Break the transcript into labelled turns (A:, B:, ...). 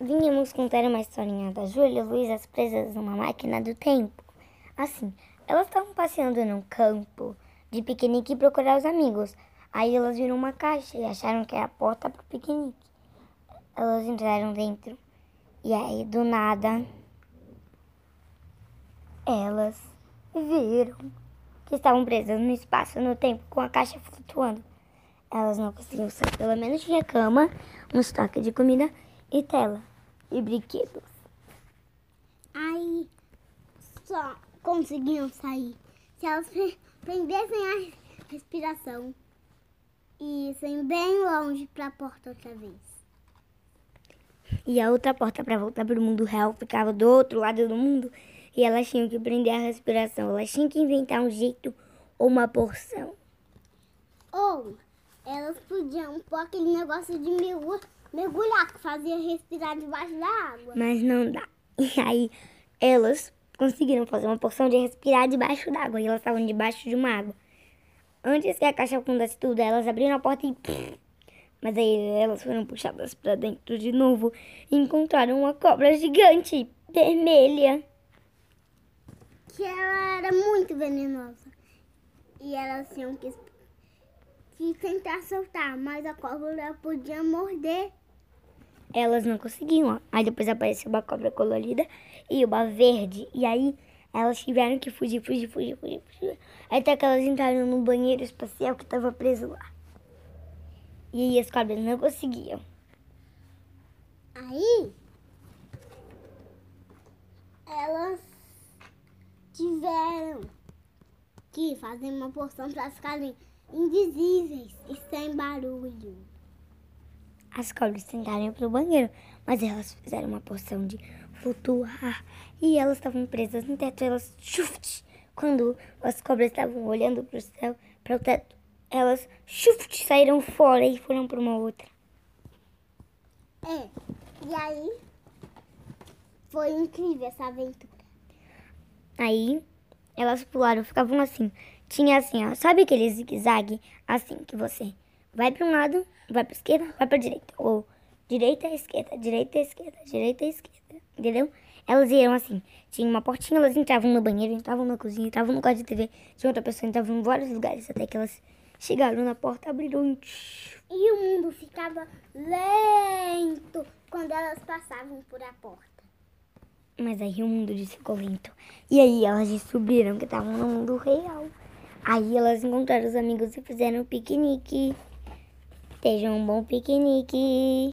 A: Vínhamos contar uma historinha da Júlia e Luísa presas numa máquina do tempo. Assim, elas estavam passeando num campo de piquenique e procurar os amigos. Aí elas viram uma caixa e acharam que era a porta para o piquenique. Elas entraram dentro e aí, do nada, elas viram que estavam presas no espaço, no tempo, com a caixa flutuando. Elas não conseguiam sair. Pelo menos tinha cama, um estoque de comida e tela e brinquedos.
B: Aí só conseguiam sair se elas prendessem a respiração eissem bem longe para a porta outra vez.
A: E a outra porta para voltar para o mundo real ficava do outro lado do mundo e elas tinham que prender a respiração. Elas tinham que inventar um jeito ou uma porção.
B: Ou elas podiam pôr aquele negócio de mergulhar que fazia respirar debaixo da água.
A: Mas não dá. E aí elas conseguiram fazer uma porção de respirar debaixo d'água. E elas estavam debaixo de uma água. Antes que a caixa afundasse tudo, elas abriram a porta e... Mas aí elas foram puxadas para dentro de novo e encontraram uma cobra gigante, vermelha.
B: Que ela era muito venenosa. E elas tinham que tentar soltar, mas a cobra podia morder.
A: Elas não conseguiam. Aí depois apareceu uma cobra colorida e uma verde. E aí elas tiveram que fugir. Até que elas entraram no banheiro espacial que estava preso lá. E aí as cobras não conseguiam.
B: Aí elas tiveram que fazer uma porção para ficarem invisíveis e sem barulho.
A: As cobras tentaram ir pro banheiro, mas elas fizeram uma porção de flutuar. E elas estavam presas no teto. Elas, quando as cobras estavam olhando pro céu, para o teto, elas saíram fora e foram para uma outra.
B: E aí foi incrível essa aventura.
A: Aí elas pularam, ficavam assim. Tinha assim, ó, sabe aquele zigue-zague? Assim, que você vai para um lado, vai para esquerda, vai para direita. Ou direita, esquerda, direita, esquerda, direita, esquerda. Entendeu? Elas iam assim. Tinha uma portinha, elas entravam no banheiro, entravam na cozinha, entravam no quarto de TV. Tinha outra pessoa, entravam em vários lugares. Até que elas chegaram na porta, abriram
B: e o mundo ficava lento quando elas passavam por a porta.
A: Mas aí o mundo ficou lento. E aí elas descobriram que estavam no mundo real. Aí elas encontraram os amigos e fizeram um piquenique. Seja um bom piquenique.